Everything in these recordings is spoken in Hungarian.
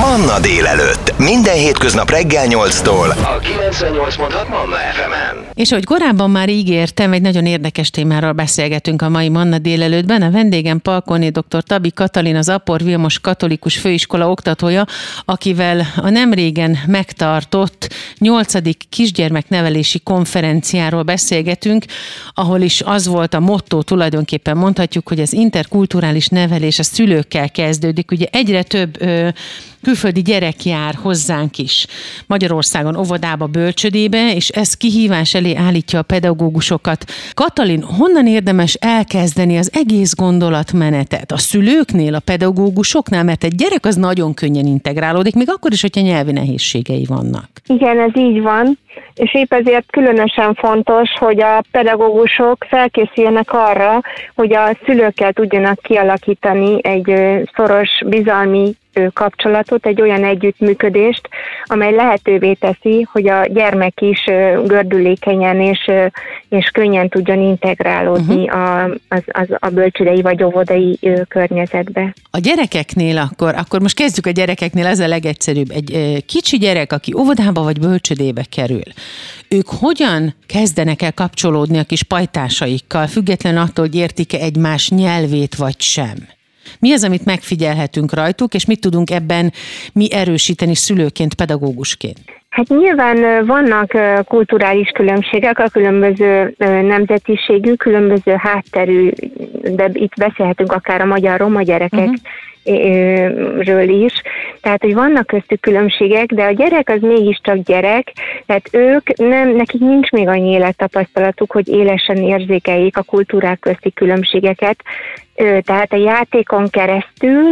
Manna délelőtt. Minden hétköznap reggel 8-tól a 98.6 Manna FM-en. És ahogy korábban már ígértem, egy nagyon érdekes témáról beszélgetünk a mai Manna délelőttben. A vendégem Palkonné dr. Tabi Katalin, az Apor Vilmos Katolikus Főiskola oktatója, akivel a nemrégen megtartott 8. kisgyermeknevelési konferenciáról beszélgetünk, ahol is az volt a motto, tulajdonképpen mondhatjuk, hogy az interkulturális nevelés a szülőkkel kezdődik. Ugye egyre több külföldi gyerek jár hozzánk is Magyarországon óvodába, bölcsödébe, és ez kihívás elé állítja a pedagógusokat. Katalin, honnan érdemes elkezdeni az egész gondolatmenetet? A szülőknél, a pedagógusoknál? Mert egy gyerek az nagyon könnyen integrálódik, még akkor is, hogyha nyelvi nehézségei vannak. Igen, ez így van, és épp ezért különösen fontos, hogy a pedagógusok felkészüljenek arra, hogy a szülőkkel tudjanak kialakítani egy szoros, bizalmi kapcsolatot, egy olyan együttműködést, amely lehetővé teszi, hogy a gyermek is gördülékenyen és könnyen tudjon integrálódni a bölcsődei vagy óvodai környezetbe. A gyerekeknél akkor most kezdjük a gyerekeknél, ez a legegyszerűbb. Egy kicsi gyerek, aki óvodába vagy bölcsödébe kerül, ők hogyan kezdenek el kapcsolódni a kis pajtásaikkal, függetlenül attól, hogy értik-e egymás nyelvét vagy sem? Mi az, amit megfigyelhetünk rajtuk, és mit tudunk ebben mi erősíteni szülőként, pedagógusként? Hát nyilván vannak kulturális különbségek, a különböző nemzetiségű, különböző hátterű, de itt beszélhetünk akár a magyar-roma gyerekekről is. Tehát, hogy vannak köztük különbségek, de a gyerek az mégiscsak gyerek, tehát nekik nincs még annyi élettapasztalatuk, hogy élesen érzékeljék a kultúrák közti különbségeket. Tehát a játékon keresztül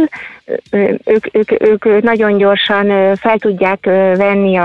ők nagyon gyorsan fel tudják venni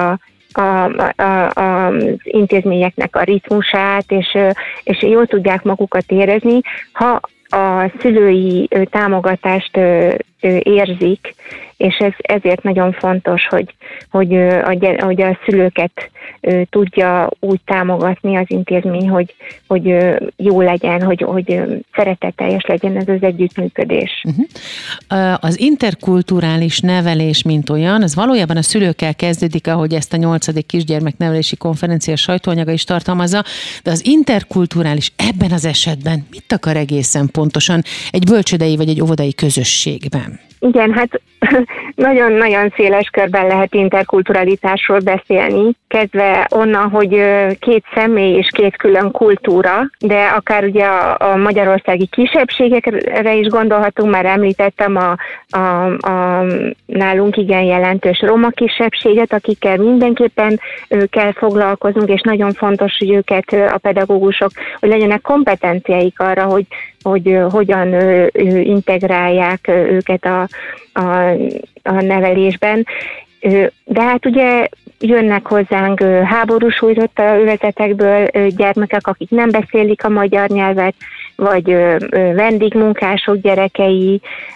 az intézményeknek a ritmusát, és jól tudják magukat érezni, ha a szülői támogatást érzik, és ezért nagyon fontos, hogy a szülőket tudja úgy támogatni az intézmény, hogy jó legyen, hogy szeretetteljes legyen ez az együttműködés. Az interkulturális nevelés, mint olyan, az valójában a szülőkkel kezdődik, ahogy ezt a 8. kisgyermeknevelési konferencia sajtóanyaga is tartalmazza, de az interkulturális ebben az esetben mit akar egészen pontosan egy bölcsődei vagy egy óvodai közösségben? Igen, hát nagyon-nagyon széles körben lehet interkulturalitásról beszélni, kezdve onnan, hogy két személy és két külön kultúra, de akár ugye a magyarországi kisebbségekre is gondolhatunk, már említettem a nálunk igen jelentős roma kisebbséget, akikkel mindenképpen kell foglalkoznunk, és nagyon fontos, hogy őket a pedagógusok, hogy legyenek kompetenciáik arra, hogy hogyan integrálják őket a nevelésben. De hát ugye jönnek hozzánk háborús sújtotta övezetekből gyermekek, akik nem beszélik a magyar nyelvet, vagy vendégmunkások gyerekei,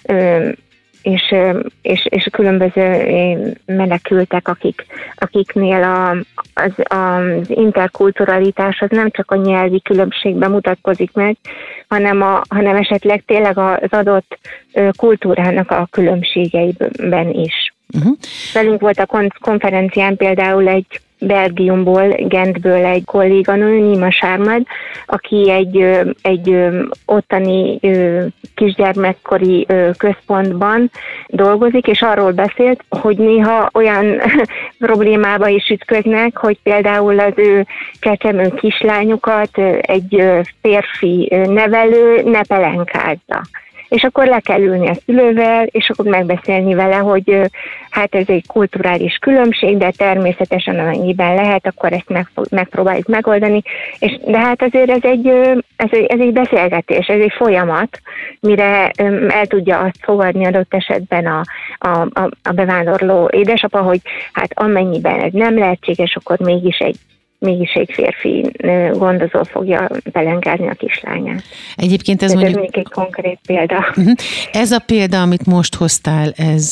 és különböző menekültek, akiknél az interkulturalitás az nem csak a nyelvi különbségben mutatkozik meg, hanem esetleg tényleg az adott kultúrának a különbségeiben is. Velünk volt a konferencián például egy Belgiumból, Gentből egy kolléganő, Nima Sármad, aki egy ottani kisgyermekkori központban dolgozik, és arról beszélt, hogy néha olyan problémába is ütköznek, hogy például az ő csecsemő kislányukat egy férfi nevelő ne pelenkázza. És akkor le kell ülni a szülővel, és akkor megbeszélni vele, hogy hát ez egy kulturális különbség, de természetesen amennyiben lehet, akkor ezt megpróbáljuk megoldani. De hát azért ez egy beszélgetés, ez egy folyamat, mire el tudja azt fogadni adott esetben a bevándorló édesapa, hogy hát amennyiben ez nem lehetséges, akkor mégis egy mégis egy férfi gondozó fogja pelenkázni a kislányát. Egyébként ez mondjuk egy konkrét példa. Ez a példa, amit most hoztál,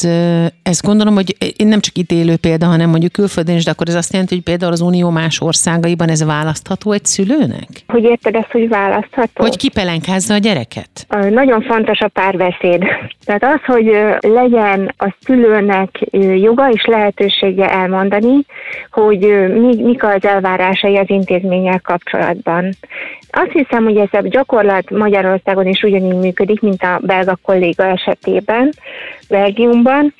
ez gondolom, hogy nem csak itt élő példa, hanem mondjuk külföldön is, de akkor ez azt jelenti, hogy például az Unió más országaiban ez választható egy szülőnek? Hogy érted ezt, hogy választható? Hogy kipelenkázza a gyereket? Nagyon fontos a párbeszéd. Tehát az, hogy legyen a szülőnek joga és lehetősége elmondani, hogy mik az elvárásai az intézménnyel kapcsolatban. Azt hiszem, hogy ez a gyakorlat Magyarországon is ugyanígy működik, mint a belga kolléga esetében, Belgiumban,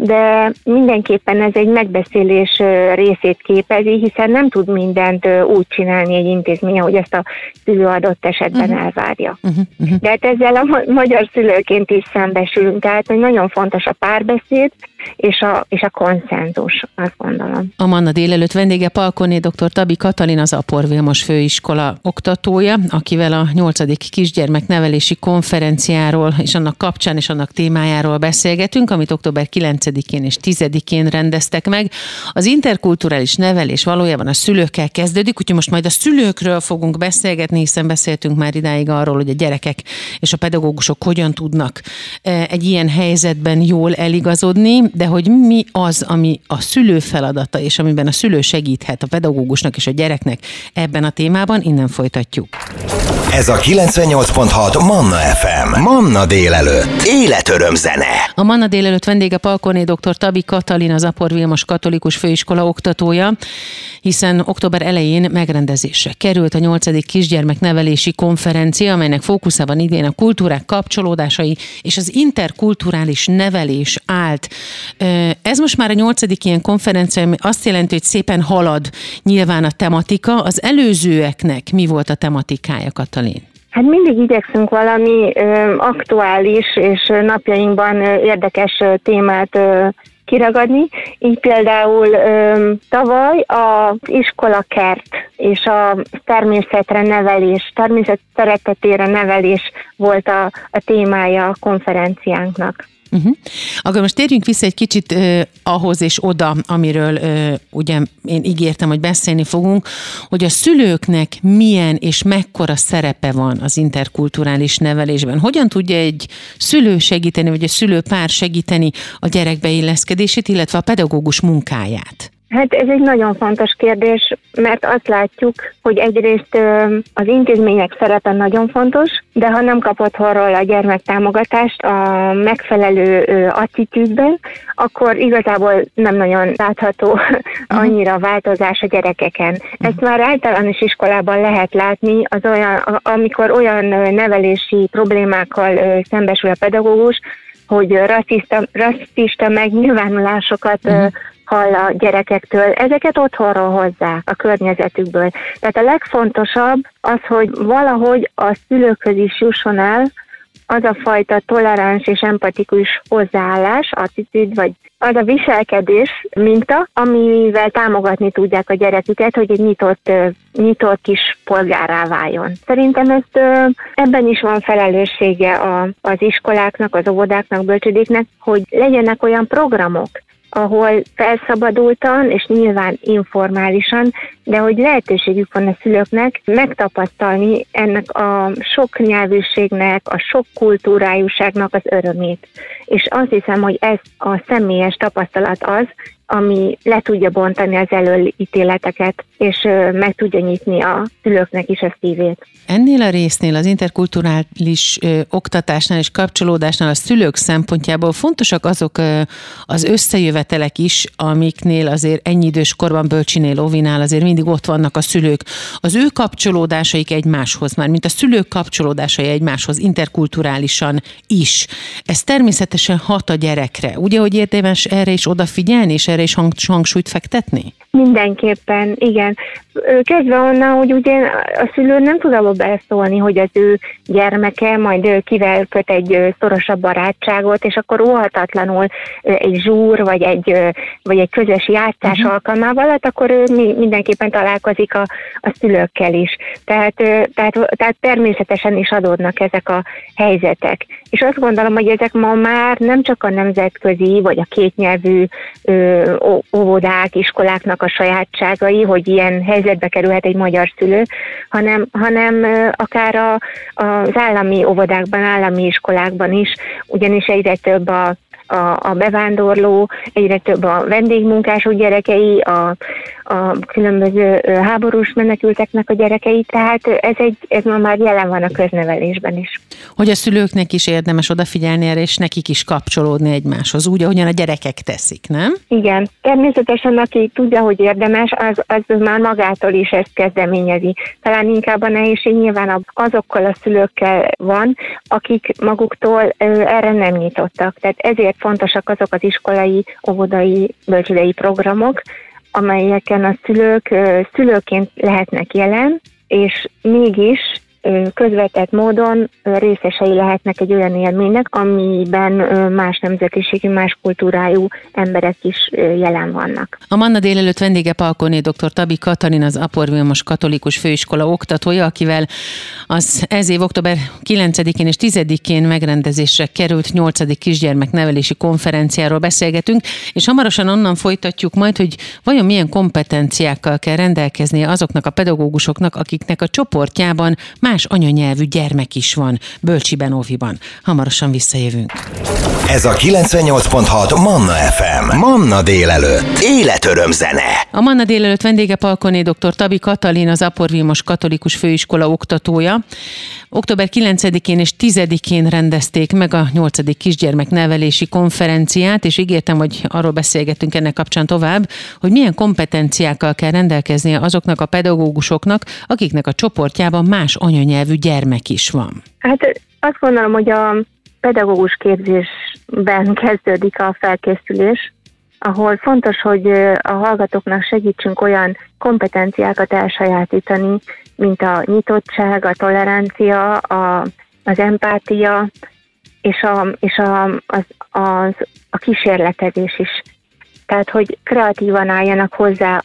de mindenképpen ez egy megbeszélés részét képezi, hiszen nem tud mindent úgy csinálni egy intézmény, hogy ezt a szülő adott esetben elvárja. De hát ezzel a magyar szülőként is szembesülünk, tehát hogy nagyon fontos a párbeszéd és a konszenzus, azt gondolom. A Manna délelőtt vendége Palkonné dr. Tabi Katalin, az Apor Vilmos főiskola oktatója, akivel a 8. kisgyermeknevelési konferenciáról és annak kapcsán és annak témájáról beszélgetünk, amit október 9-én és 10-én rendeztek meg. Az interkulturális nevelés valójában a szülőkkel kezdődik, úgyhogy most majd a szülőkről fogunk beszélgetni, hiszen beszéltünk már idáig arról, hogy a gyerekek és a pedagógusok hogyan tudnak egy ilyen helyzetben jól eligazodni, de hogy mi az, ami a szülő feladata, és amiben a szülő segíthet a pedagógusnak és a gyereknek ebben a témában, innen folytatjuk. Ez a 98.6 Manna FM. Manna délelőtt. Életöröm zene. A Manna délelőtt vendége Palkonné dr. Tabi Katalin, az Apor Vilmos Katolikus Főiskola oktatója, hiszen október elején megrendezésre került a 8. kisgyermeknevelési konferencia, amelynek fókuszában idén a kultúrák kapcsolódásai és az interkulturális nevelés állt. Ez most már a 8. ilyen konferencia, ami azt jelenti, hogy szépen halad nyilván a tematika. Az előzőeknek mi volt a tematikája, Katalin? Hát mindig igyekszünk valami aktuális és napjainkban érdekes témát kiragadni. Így például tavaly az iskolakert és a természetre nevelés, természet szeretetére nevelés volt a témája a konferenciánknak. Akkor most térjünk vissza egy kicsit ahhoz és oda, amiről ugye én ígértem, hogy beszélni fogunk, hogy a szülőknek milyen és mekkora szerepe van az interkulturális nevelésben. Hogyan tudja egy szülő segíteni, vagy egy szülőpár segíteni a gyerek beilleszkedését, illetve a pedagógus munkáját? Hát ez egy nagyon fontos kérdés, mert azt látjuk, hogy egyrészt az intézmények szerepe nagyon fontos, de ha nem kap otthonról a gyermek támogatást a megfelelő attitűdben, akkor igazából nem nagyon látható annyira változás a gyerekeken. Ezt már általános iskolában lehet látni, amikor olyan nevelési problémákkal szembesül a pedagógus, hogy rasszista megnyilvánulásokat hall a gyerekektől, ezeket otthonról hozzák a környezetükből. Tehát a legfontosabb az, hogy valahogy a szülőkhöz is jusson el az a fajta toleráns és empatikus hozzáállás, attitűd, vagy az a viselkedés minta, amivel támogatni tudják a gyereküket, hogy egy nyitott kis polgárrá váljon. Szerintem ebben is van felelőssége az iskoláknak, az óvodáknak, bölcsődéknek, hogy legyenek olyan programok, ahol felszabadultan és nyilván informálisan, de hogy lehetőségük van a szülőknek megtapasztalni ennek a sok nyelvűségnek, a sok kultúrájúságnak az örömét. És azt hiszem, hogy ez a személyes tapasztalat az, ami le tudja bontani az előítéleteket, és meg tudja nyitni a szülőknek is a szívét. Ennél a résznél, az interkulturális oktatásnál és kapcsolódásnál a szülők szempontjából fontosak azok az összejövetelek is, amiknél azért ennyi idős korban bölcsinél, óvinál azért mindig ott vannak a szülők. Az ő kapcsolódásaik egymáshoz már, mint a szülők kapcsolódásai egymáshoz interkulturálisan is. Ez természetesen hat a gyerekre. Ugye, hogy érdemes erre is odafigyelni, és erre is hangsúlyt fektetni? Mindenképpen, igen. Kezdve onnan, hogy ugye a szülő nem tud abba beleszólni, hogy az ő gyermeke majd kivel köt egy szorosabb barátságot, és akkor óhatatlanul egy zsúr, vagy egy közös játszás alkalmával, hát akkor ő mindenképpen találkozik a szülőkkel is. Tehát természetesen is adódnak ezek a helyzetek. És azt gondolom, hogy ezek ma már nem csak a nemzetközi, vagy a kétnyelvű óvodák, iskoláknak a sajátságai, hogy ilyen helyzetbe kerülhet egy magyar szülő, hanem akár az állami óvodákban, állami iskolákban is, ugyanis egyre több a bevándorló, egyre több a vendégmunkások gyerekei, a különböző háborús menekülteknek a gyerekei, tehát ez ma már jelen van a köznevelésben is. Hogy a szülőknek is érdemes odafigyelni erre, és nekik is kapcsolódni egymáshoz, úgy, ahogyan a gyerekek teszik, nem? Igen, természetesen aki tudja, hogy érdemes, az már magától is ezt kezdeményezi. Talán inkább a nehézség nyilván azokkal a szülőkkel van, akik maguktól erre nem nyitottak. Tehát ezért fontosak azok az iskolai, óvodai, bölcsődei programok, amelyeken a szülők szülőként lehetnek jelen, és mégis közvetett módon részesei lehetnek egy olyan élménynek, amiben más nemzetiségű, más kultúrájú emberek is jelen vannak. A Manna délelőtt vendége Palkóné dr. Tabi Katalin, az Apor Vilmos Katolikus Főiskola oktatója, akivel ez év október 9-én és 10-én megrendezésre került 8. kisgyermeknevelési konferenciáról beszélgetünk, és hamarosan onnan folytatjuk majd, hogy vajon milyen kompetenciákkal kell rendelkeznie azoknak a pedagógusoknak, akiknek a csoportjában más anyanyelvű gyermek is van, bölcsiben, óviban. Hamarosan visszajövünk. Ez a 98.6 Manna FM. Manna délelőtt. Életöröm zene. A Manna délelőtt vendége Palkóné dr. Tabi Katalin, az Apor Vilmos Katolikus Főiskola oktatója. Október 9-én és 10-én rendezték meg a 8. kisgyermeknevelési konferenciát, és ígértem, hogy arról beszélgetünk ennek kapcsán tovább, hogy milyen kompetenciákkal kell rendelkeznie azoknak a pedagógusoknak, akiknek a csoportjában más anyanyelvű gyermek is van. Hát azt gondolom, hogy a pedagógus képzésben kezdődik a felkészülés, ahol fontos, hogy a hallgatóknak segítsünk olyan kompetenciákat elsajátítani, mint a nyitottság, a tolerancia, az empátia és a kísérletezés is. Tehát, hogy kreatívan álljanak hozzá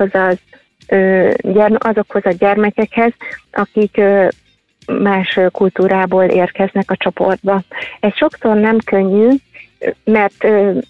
azokhoz a gyermekekhez, akik más kultúrából érkeznek a csoportba. Ez sokszor nem könnyű, mert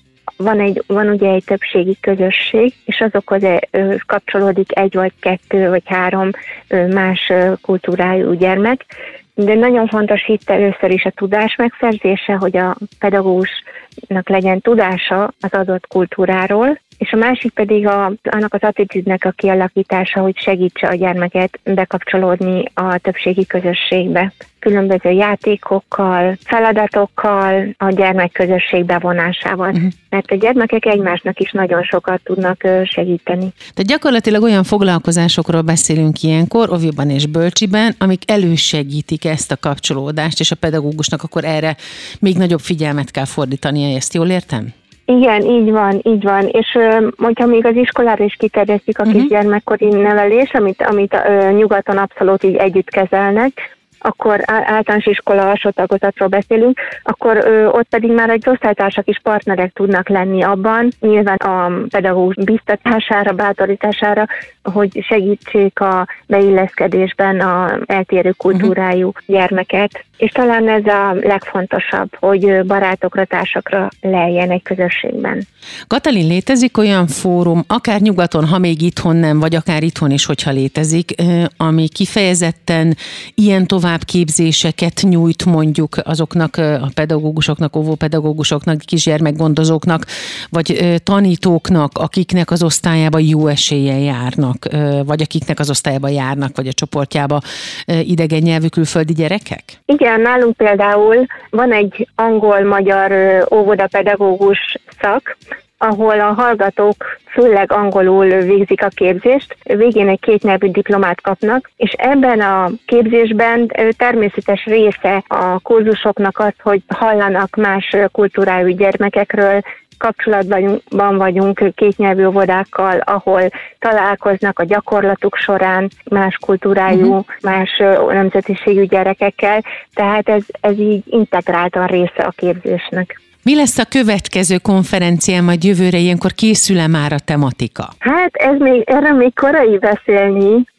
van ugye egy többségi közösség, és azokhoz kapcsolódik 1 vagy 2 vagy 3 más kultúrájú gyermek, de nagyon fontos itt először is a tudás megszerzése, hogy a pedagógusnak legyen tudása az adott kultúráról, és a másik pedig annak az attitűdnek a kialakítása, hogy segítse a gyermeket bekapcsolódni a többségi közösségbe. Különböző játékokkal, feladatokkal, a gyermekközösség bevonásával. Mert a gyermekek egymásnak is nagyon sokat tudnak segíteni. Tehát gyakorlatilag olyan foglalkozásokról beszélünk ilyenkor, óviban és bölcsiben, amik elősegítik ezt a kapcsolódást, és a pedagógusnak akkor erre még nagyobb figyelmet kell fordítania, ezt jól értem? Igen, így van. És hogyha még az iskolára is kiterjesztjük a kisgyermekkori nevelés, amit nyugaton abszolút így együtt kezelnek, akkor általános iskola alsó tagozatról beszélünk, akkor ott pedig már egy osztálytársak is partnerek tudnak lenni abban, nyilván a pedagógus biztatására, bátorítására, hogy segítsék a beilleszkedésben a eltérő kultúrájú gyermeket. És talán ez a legfontosabb, hogy barátokra, társakra leljen egy közösségben. Katalin, létezik olyan fórum, akár nyugaton, ha még itthon nem, vagy akár itthon is, hogyha létezik, ami kifejezetten ilyen továbbképzéseket nyújt mondjuk azoknak a pedagógusoknak, óvópedagógusoknak, kisgyermekgondozóknak, vagy tanítóknak, akiknek az osztályába jó eséllyel járnak, vagy akiknek az osztályába járnak, vagy a csoportjába idegen nyelvű külföldi gyerekek? Igen, nálunk például van egy angol-magyar óvodapedagógus szak, ahol a hallgatók főleg angolul végzik a képzést, végén egy kétnyelvű diplomát kapnak, és ebben a képzésben természetes része a kurzusoknak az, hogy hallanak más kultúrájú gyermekekről, kapcsolatban vagyunk kétnyelvű óvodákkal, ahol találkoznak a gyakorlatuk során más kultúrájú, más nemzetiségű gyerekekkel, tehát ez így integráltan része a képzésnek. Mi lesz a következő konferencián, majd jövőre, ilyenkor készül-e már a tematika? Hát erről még korai beszélni,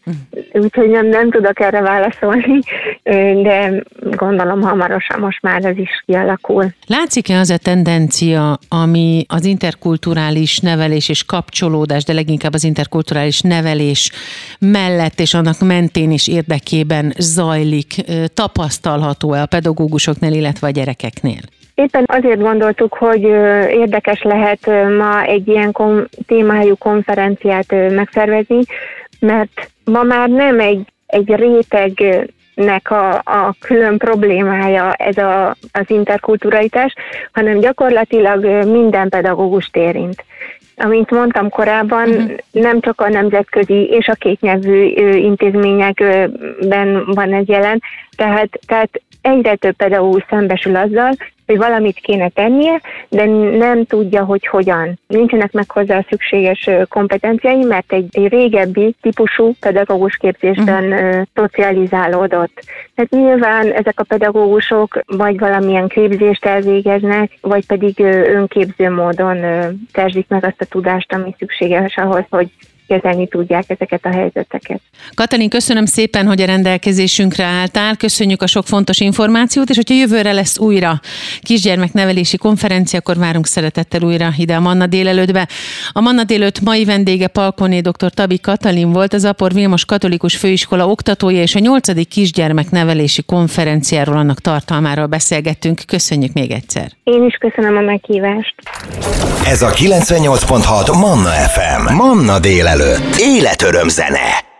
úgyhogy nem tudok erre válaszolni, de gondolom hamarosan most már ez is kialakul. Látszik-e az a tendencia, ami az interkulturális nevelés és kapcsolódás, de leginkább az interkulturális nevelés mellett és annak mentén is érdekében zajlik, tapasztalható-e a pedagógusoknál, illetve a gyerekeknél? Éppen azért gondoltuk, hogy érdekes lehet ma egy ilyen témájú konferenciát megszervezni, mert ma már nem egy rétegnek a külön problémája ez az interkulturalitás, hanem gyakorlatilag minden pedagógust érint. Amint mondtam korábban, nem csak a nemzetközi és a kétnyelvű intézményekben van ez jelen, tehát egyre több pedagógus szembesül azzal, hogy valamit kéne tennie, de nem tudja, hogy hogyan. Nincsenek meg hozzá a szükséges kompetenciái, mert egy régebbi típusú pedagógus képzésben szocializálódott. Tehát nyilván ezek a pedagógusok vagy valamilyen képzést elvégeznek, vagy pedig önképző módon szerzik meg azt a tudást, ami szükséges ahhoz, hogy kezelni tudják ezeket a helyzeteket. Katalin, köszönöm szépen, hogy a rendelkezésünkre álltál, köszönjük a sok fontos információt, és hogyha jövőre lesz újra kisgyermeknevelési konferencia, akkor várunk szeretettel újra ide a Manna délelőttbe. A Manna délelőtt mai vendége Palkonné dr. Tabi Katalin volt, az Apor Vilmos Katolikus Főiskola oktatója, és a 8. kisgyermeknevelési konferenciáról, annak tartalmáról beszélgettünk. Köszönjük még egyszer. Én is köszönöm a meghívást. Ez a 98.6 Manna FM. Manna délelőtt. Életöröm zene.